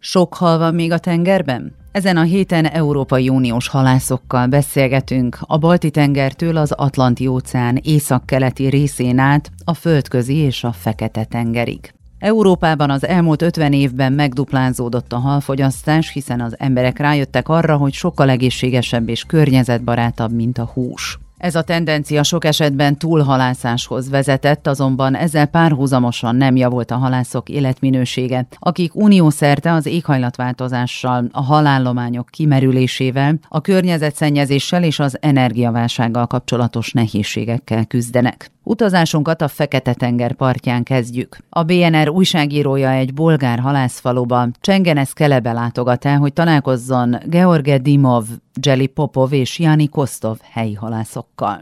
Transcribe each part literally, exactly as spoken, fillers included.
Sok hal van még a tengerben? Ezen a héten Európai Uniós halászokkal beszélgetünk a Balti-tengertől az Atlanti-óceán északkeleti részén át a Földközi és a Fekete-tengerig. Európában az elmúlt ötven évben megduplázódott a halfogyasztás, hiszen az emberek rájöttek arra, hogy sokkal egészségesebb és környezetbarátabb, mint a hús. Ez a tendencia sok esetben túlhalászáshoz vezetett, azonban ezzel párhuzamosan nem javult a halászok életminősége, akik uniószerte az éghajlatváltozással, a halállományok kimerülésével, a környezetszennyezéssel és az energiaválsággal kapcsolatos nehézségekkel küzdenek. Utazásunkat a Fekete-tenger partján kezdjük. A bé en er újságírója egy bolgár halászfaluba, Csengeneszkelebe látogat el, hogy találkozzon George Dimov, Jeli Popov és Jani Kostov helyi halászokkal.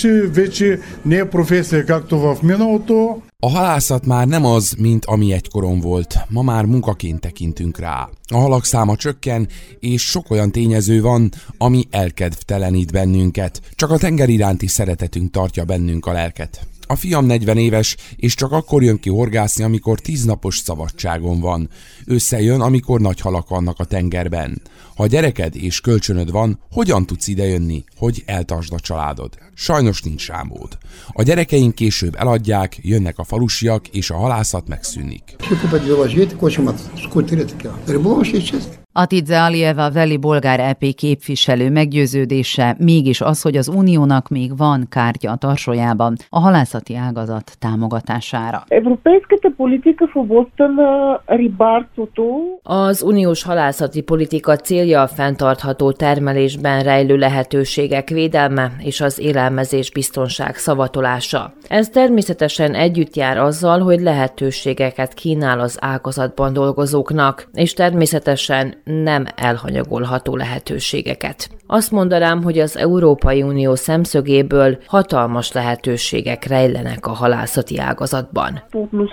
A halászat már nem az, mint ami egykoron volt. Ma már munkaként tekintünk rá. A halak száma csökken, és sok olyan tényező van, ami elkedvtelenít bennünket. Csak a tenger iránti szeretetünk tartja bennünk a lelket. A fiam negyven éves, és csak akkor jön ki horgászni, amikor tíz napos szabadságon van. Összejön, amikor nagy halak vannak a tengerben. Ha gyereked és kölcsönöd van, hogyan tudsz idejönni, hogy eltartsd a családod? Sajnos nincs rá mód. A gyerekeink később eladják, jönnek a falusiak, és a halászat megszűnik. Atidze Alijeva veli bolgár é pé képviselő meggyőződése mégis az, hogy az uniónak még van kártya a tarsolyában a halászati ágazat támogatására. Az uniós halászati politika célja a fenntartható termelésben rejlő lehetőségek védelme és az élelmezés biztonság szavatolása. Ez természetesen együtt jár azzal, hogy lehetőségeket kínál az ágazatban dolgozóknak, és természetesen nem elhanyagolható lehetőségeket. Azt mondanám, hogy az Európai Unió szemszögéből hatalmas lehetőségek rejlenek a halászati ágazatban.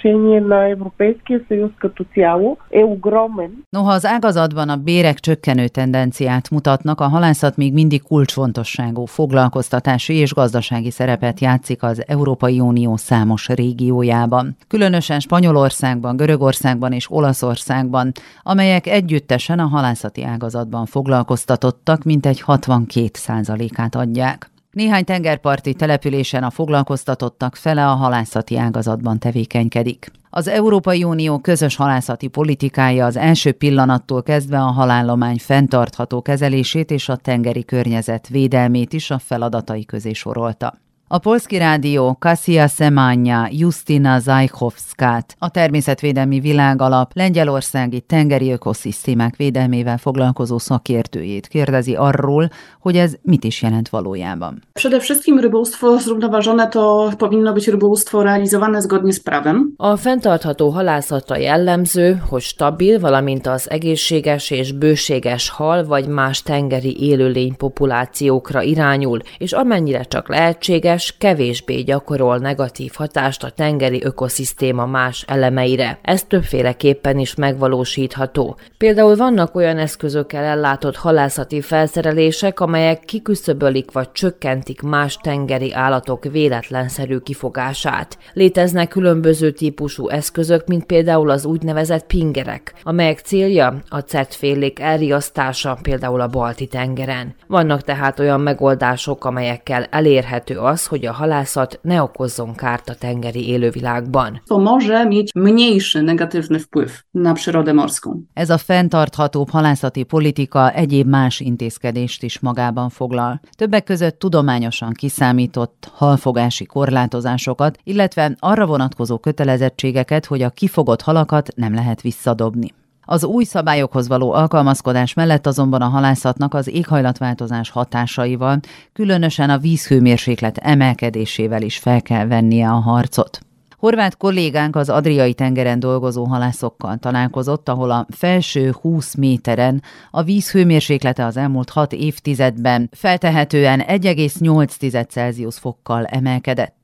Noha az ágazatban a bérek csökkenő tendenciát mutatnak, a halászat még mindig kulcsfontosságú foglalkoztatási és gazdasági szerepet játszik az Európai Unió számos régiójában. Különösen Spanyolországban, Görögországban és Olaszországban, amelyek együttesen a halászati ágazatban foglalkoztatottak mintegy hatvankét százalékát adják. Néhány tengerparti településen a foglalkoztatottak fele a halászati ágazatban tevékenykedik. Az Európai Unió közös halászati politikája az első pillanattól kezdve a halállomány fenntartható kezelését és a tengeri környezet védelmét is a feladatai közé sorolta. A Polski Rádió Kasia Semanya Justina Zajkowskát, a Természetvédelmi Világalap lengyelországi tengeri ökoszisztémák védelmével foglalkozó szakértőjét kérdezi arról, hogy ez mit is jelent valójában. Przede wszystkim rybołówstwo zrównoważone to powinno być rybołówstwo realizowane zgodnie z prawem. A fenntartható halászatra jellemző, hogy stabil, valamint az egészséges és bőséges hal vagy más tengeri élőlény populációkra irányul, és amennyire csak lehetséges, kevésbé gyakorol negatív hatást a tengeri ökoszisztéma más elemeire. Ez többféleképpen is megvalósítható. Például vannak olyan eszközökkel ellátott halászati felszerelések, amelyek kiküszöbölik vagy csökkentik más tengeri állatok véletlenszerű kifogását. Léteznek különböző típusú eszközök, mint például az úgynevezett pingerek, amelyek célja a cetfélék elriasztása, például a Balti-tengeren. Vannak tehát olyan megoldások, amelyekkel elérhető az, hogy a halászat ne okozzon kárt a tengeri élővilágban. To może mieć mniejszy negatywny wpływ na przyrodę morską. Ez a fenntarthatóbb halászati politika egyéb más intézkedést is magában foglal. Többek között tudományosan kiszámított halfogási korlátozásokat, illetve arra vonatkozó kötelezettségeket, hogy a kifogott halakat nem lehet visszadobni. Az új szabályokhoz való alkalmazkodás mellett azonban a halászatnak az éghajlatváltozás hatásaival, különösen a vízhőmérséklet emelkedésével is fel kell vennie a harcot. Horvát kollégánk az Adriai-tengeren dolgozó halászokkal találkozott, ahol a felső húsz méteren a víz hőmérséklete az elmúlt hat évtizedben feltehetően egy egész nyolc Celsius fokkal emelkedett.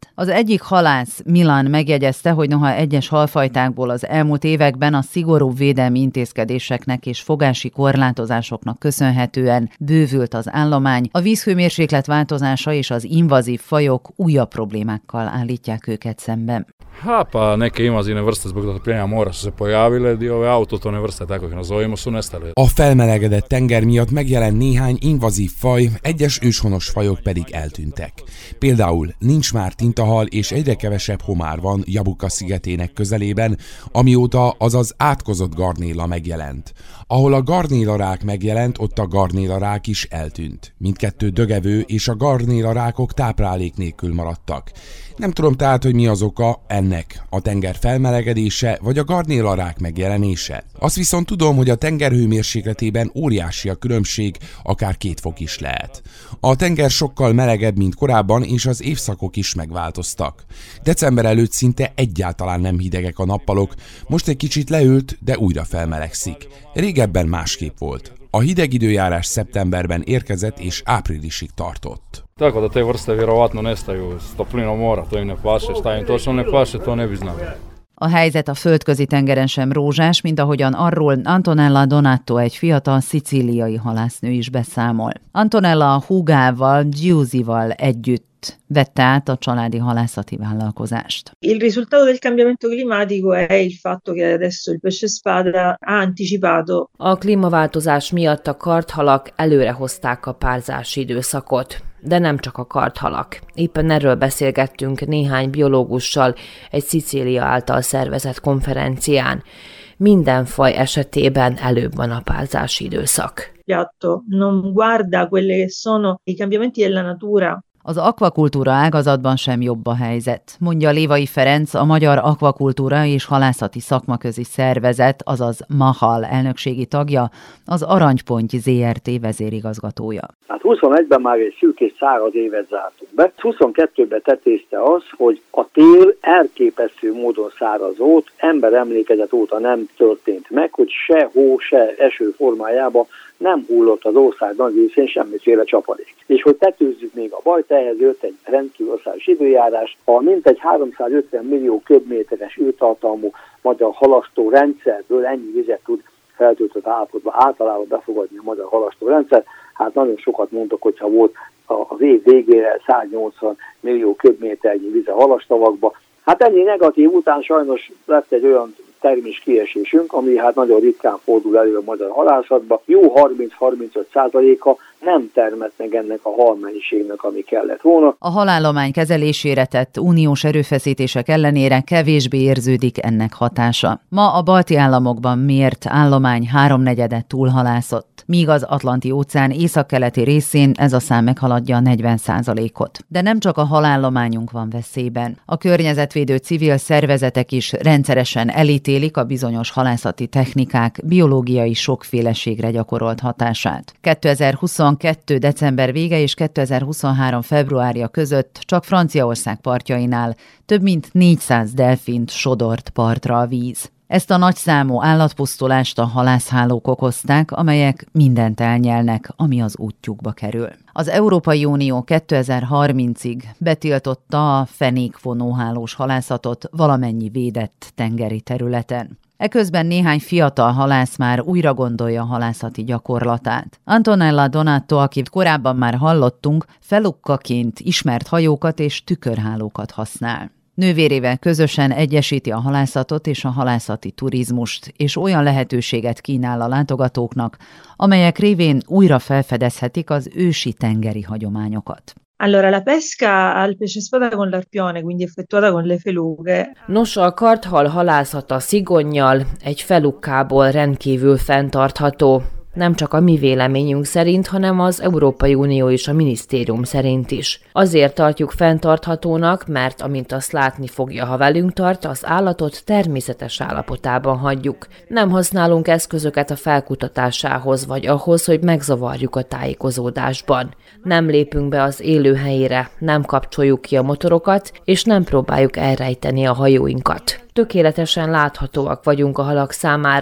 Az egyik halász, Milan megjegyezte, hogy noha egyes halfajtákból az elmúlt években a szigorú védelmi intézkedéseknek és fogási korlátozásoknak köszönhetően bővült az állomány, a vízhőmérséklet változása és az invazív fajok újabb problémákkal állítják őket szemben. Ha, pa neke invazivne vrste zbog zatopljenja mora su se pojavile, i ove autohtone vrste, tako ih nazovimo, su nestale. A felmelegedett tenger miatt megjelent néhány invazív faj, egyes őshonos fajok pedig eltűntek. Például nincs már tintahal és egyre kevesebb homár van Jabuka szigetének közelében, amióta az az átkozott garnéla megjelent. Ahol a garnélarák megjelent, ott a garnélarák is eltűnt. Mindkettő dögevő és a garnélarákok táplálék nélkül maradtak. Nem tudom tehát, hogy mi az oka ennek, a tenger felmelegedése vagy a garnélarák megjelenése. Azt viszont tudom, hogy a tenger hőmérsékletében óriási a különbség, akár két fok is lehet. A tenger sokkal melegebb, mint korábban, és az évszakok is megváltoztak. December előtt szinte egyáltalán nem hidegek a nappalok, most egy kicsit leült, de újra felmelegszik. Régebben másképp volt. A hideg időjárás szeptemberben érkezett és áprilisig tartott. Tako da te vrste vjerovatno nestaju s toplinom mora, to im ne paše, šta im točno ne paše, to ne bi znali. A helyzet a földközi tengeren sem rózsás, mint ahogyan arról Antonella Donato, egy fiatal szicíliai halásznő is beszámol. Antonella a húgával, Giusy-val együtt vette át a családi halászati vállalkozást. Il risultato del cambiamento climatico è il fatto che adesso il pesce spada ha anticipato. A klímaváltozás miatt a karthalak előrehozták a párzási időszakot. De nem csak a karthalak. Éppen erről beszélgettünk néhány biológussal egy Szicília által szervezett konferencián. Minden faj esetében előbb van a párzási időszak. Piatto non guarda quelle che sono i cambiamenti della natura. Az akvakultúra ágazatban sem jobb a helyzet, mondja Lévai Ferenc, a Magyar Akvakultúra és Halászati Szakmaközi Szervezet, azaz MAHAL elnökségi tagja, az Aranyponty zé er té vezérigazgatója. Hát huszonegyben már egy szűk és száraz évet zártunk be. huszonkettőben tetézte az, hogy a tél elképesztő módon szárazott, ember emlékezet óta nem történt meg, hogy se hó, se eső formájában nem hullott az ország nagy részén semmiféle csapadék. És hogy tetőzzük még a bajt, ehhez jött egy rendkívül országos időjárás, a mintegy háromszázötven millió köbméteres őtartalmú magyar halasztó rendszerből ennyi vizet tud feltöltött állapotban általában befogadni a magyar halasztó rendszer. Hát nagyon sokat mondtak, hogyha volt az év végére száznyolcvan millió köbméternyi vize halastavakba. Hát ennyi negatív után sajnos lett egy olyan termés kiesésünk, ami hát nagyon ritkán fordul elő a magyar halászatban. Jó harminc-harmincöt százaléka nem termett meg ennek a halmennyiségnek, ami kellett volna. A halállomány kezelésére tett uniós erőfeszítések ellenére kevésbé érződik ennek hatása. Ma a balti államokban mért állomány háromnegyede túlhalászott, míg az Atlanti-óceán északkeleti részén ez a szám meghaladja a negyven százalékot. De nem csak a halállományunk van veszélyben. A környezetvédő civil szervezetek is rendszeresen elítélik a bizonyos halászati technikák biológiai sokféleségre gyakorolt hatását. kétezer-huszonkettő. december vége és kétezer-huszonhárom. februárja között csak Franciaország partjainál több mint négyszáz delfint sodort partra a víz. Ezt a nagyszámú állatpusztulást a halászhálók okozták, amelyek mindent elnyelnek, ami az útjukba kerül. Az Európai Unió kétezer-harmincig betiltotta a fenékvonóhálós halászatot valamennyi védett tengeri területen. Eközben néhány fiatal halász már újra gondolja a halászati gyakorlatát. Antonella Donato, akit korábban már hallottunk, felukkaként ismert hajókat és tükörhálókat használ. Nővérével közösen egyesíti a halászatot és a halászati turizmust, és olyan lehetőséget kínál a látogatóknak, amelyek révén újra felfedezhetik az ősi tengeri hagyományokat. Allora, la pesca al pesce spada con l'arpione, quindi effettuata con le felughe. Nos, a karthal halászata szigonnyal egy felukkából rendkívül fenntartható. Nem csak a mi véleményünk szerint, hanem az Európai Unió és a minisztérium szerint is. Azért tartjuk fenntarthatónak, mert amint azt látni fogja, ha velünk tart, az állatot természetes állapotában hagyjuk. Nem használunk eszközöket a felkutatásához, vagy ahhoz, hogy megzavarjuk a tájékozódásban. Nem lépünk be az élőhelyére, nem kapcsoljuk ki a motorokat, és nem próbáljuk elrejteni a hajóinkat. Tökéletesen láthatóak vagyunk a halak számára,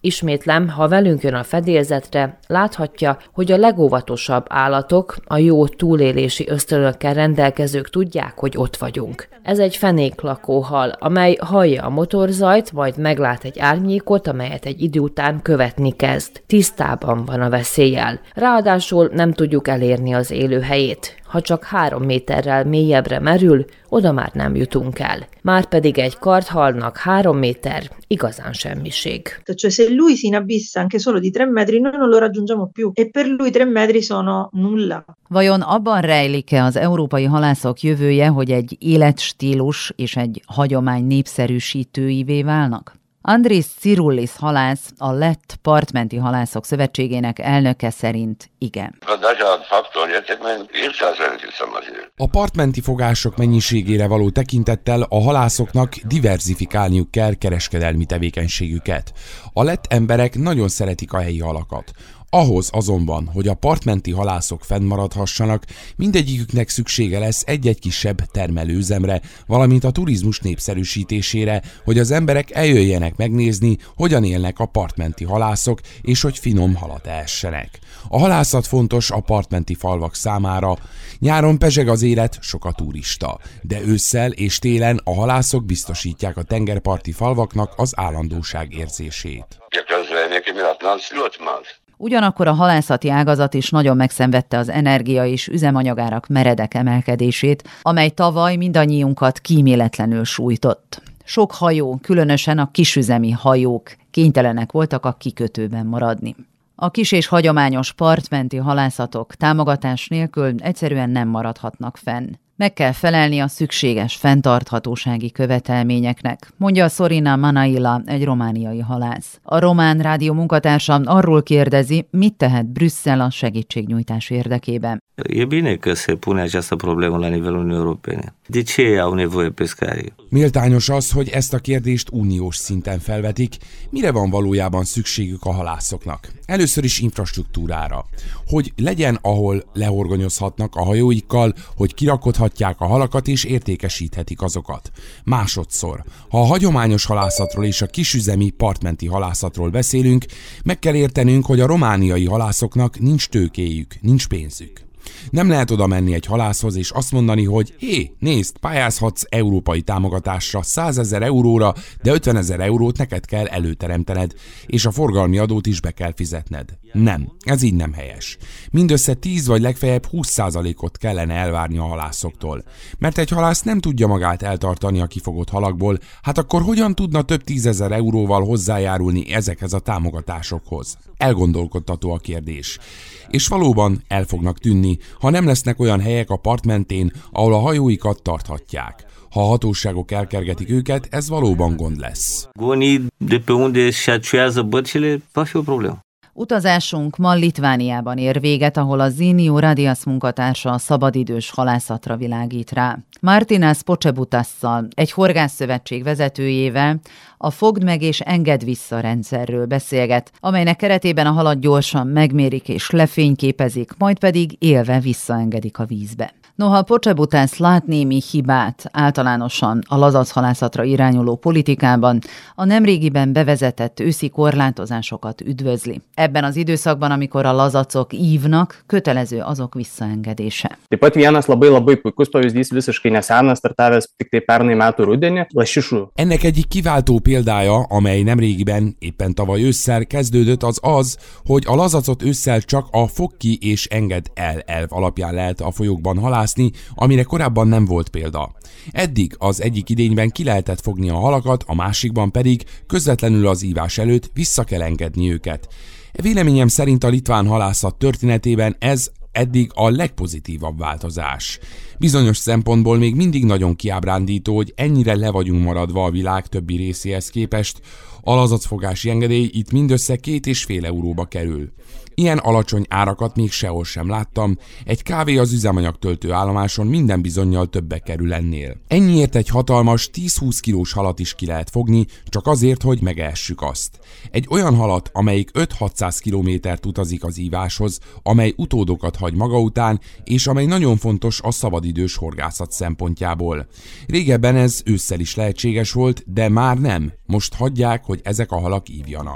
Ismétlem, ha velünk jön a fedélzetre, láthatja, hogy a legóvatosabb állatok, a jó túlélési ösztönökkel rendelkezők tudják, hogy ott vagyunk. Ez egy fenéklakó hal, amely hallja a motorzajt, majd meglát egy árnyékot, amelyet egy idő után követni kezd. Tisztában van a veszéllyel. Ráadásul nem tudjuk elérni az élőhelyét. Ha csak három méterrel mélyebbre merül, oda már nem jutunk el. Márpedig egy karthalnak három méter igazán semmiség. Cioè se lui si inabissa anche solo di tre metri, noi non lo raggiungiamo più. E per lui tre metri sono nulla. Vajon abban rejlik-e az európai halászok jövője, hogy egy életstílus és egy hagyomány népszerűsítőivé válnak? Andris Cirullis halász, a Lett Partmenti Halászok Szövetségének elnöke szerint igen. A partmenti fogások mennyiségére való tekintettel a halászoknak diverzifikálniuk kell kereskedelmi tevékenységüket. A lett emberek nagyon szeretik a helyi halakat. Ahhoz azonban, hogy a partmenti halászok fennmaradhassanak, mindegyiküknek szüksége lesz egy-egy kisebb termelőüzemre, valamint a turizmus népszerűsítésére, hogy az emberek eljöjjenek megnézni, hogyan élnek a partmenti halászok, és hogy finom halat ehessenek. A halászat fontos a partmenti falvak számára. Nyáron pezseg az élet, sok a turista, de ősszel és télen a halászok biztosítják a tengerparti falvaknak az állandóság érzését. Ugyanakkor a halászati ágazat is nagyon megszenvedte az energia és üzemanyagárak meredek emelkedését, amely tavaly mindannyiunkat kíméletlenül sújtott. Sok hajó, különösen a kisüzemi hajók kénytelenek voltak a kikötőben maradni. A kis és hagyományos partmenti halászatok támogatás nélkül egyszerűen nem maradhatnak fenn. Meg kell felelni a szükséges fenntarthatósági követelményeknek, mondja Sorina Manaila, egy romániai halász. A román rádió munkatársa arról kérdezi, mit tehet Brüsszel a segítségnyújtás érdekében. E bine că se pune această problemă la nivelul Uniunii Europene. De ce au nevoie pescarii? Méltányos az, hogy ezt a kérdést uniós szinten felvetik, mire van valójában szükségük a halászoknak. Először is infrastruktúrára. Hogy legyen, ahol lehorgonyozhatnak a hajóikkal, hogy kirakodhatják a halakat és értékesíthetik azokat. Másodszor, ha a hagyományos halászatról és a kisüzemi partmenti halászatról beszélünk, meg kell értenünk, hogy a romániai halászoknak nincs tőkéjük, nincs pénzük. Nem lehet oda menni egy halászhoz és azt mondani, hogy hé, nézd, pályázhatsz európai támogatásra százezer euróra, de ötvenezer eurót neked kell előteremtened, és a forgalmi adót is be kell fizetned. Nem, ez így nem helyes. Mindössze tíz vagy legfeljebb húsz százalékot kellene elvárni a halászoktól. Mert egy halász nem tudja magát eltartani a kifogott halakból, hát akkor hogyan tudna több tízezer euróval hozzájárulni ezekhez a támogatásokhoz? Elgondolkodtató a kérdés. És valóban el fognak tűnni, ha nem lesznek olyan helyek a part mentén, ahol a hajóikat tarthatják. Ha a hatóságok elkergetik őket, ez valóban gond lesz. Gonii de pe unde se acează bărcile va fi o problemă. Utazásunk ma Litvániában ér véget, ahol a Ziniu Radias munkatársa a szabadidős halászatra világít rá. Martinas Pocsebutasszal, egy horgászszövetség vezetőjével a fogd meg és engedd vissza rendszerről beszélget, amelynek keretében a halat gyorsan megmérik és lefényképezik, majd pedig élve visszaengedik a vízbe. Noha Pocsebutász lát némi hibát általánosan a lazachalászatra irányuló politikában, a nemrégiben bevezetett őszi korlátozásokat üdvözli. Ebben az időszakban, amikor a lazacok ívnak, kötelező azok visszaengedése. Taip pat vienas labai labai puikus pavyzdys visiškai nesenas, startavęs tiktai pernai metų rudenį, lašišų. Ennek egyik kiváltó példája, amely nemrégiben, éppen tavaly ősszel kezdődött, az az, hogy a lazacot ősszel csak a fogd ki és engedd el elv alapján lehet a folyókban halászni, amire korábban nem volt példa. Eddig az egyik idényben ki lehetett fogni a halakat, a másikban pedig közvetlenül az ívás előtt vissza kell engedni őket. Véleményem szerint a litván halászat történetében ez eddig a legpozitívabb változás. Bizonyos szempontból még mindig nagyon kiábrándító, hogy ennyire le vagyunk maradva a világ többi részéhez képest. A lazacfogási engedély itt mindössze két és fél euróba kerül. Ilyen alacsony árakat még sehol sem láttam, egy kávé az üzemanyagtöltő állomáson minden bizonnyal többe kerül ennél. Ennyiért egy hatalmas tíz-húsz kilós halat is ki lehet fogni, csak azért, hogy megehessük azt. Egy olyan halat, amelyik öt-hatszáz kilométert utazik az íváshoz, amely utódokat hagy maga után, és amely nagyon fontos a szabadidős horgászat szempontjából. Régebben ez ősszel is lehetséges volt, de már nem. Most hagyják, hogy ezek a halak ívjanak.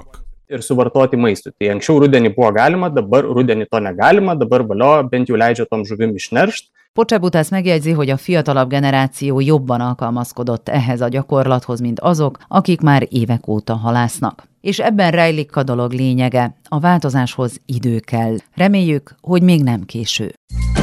ir suvartoti maistui. Tai anksčiau rudenį buvo galima, dabar rudenį to negalima, dabar valio bent jau leidžia tom žuvim išneršt. Pocsebutász megjegyzi, hogy a fiatalabb generáció jobban alkalmazkodott ehhez a gyakorlathoz, mint azok, akik már évek óta halásznak. És ebben rejlik a dolog lényege, a változáshoz idő kell. Reméljük, hogy még nem késő.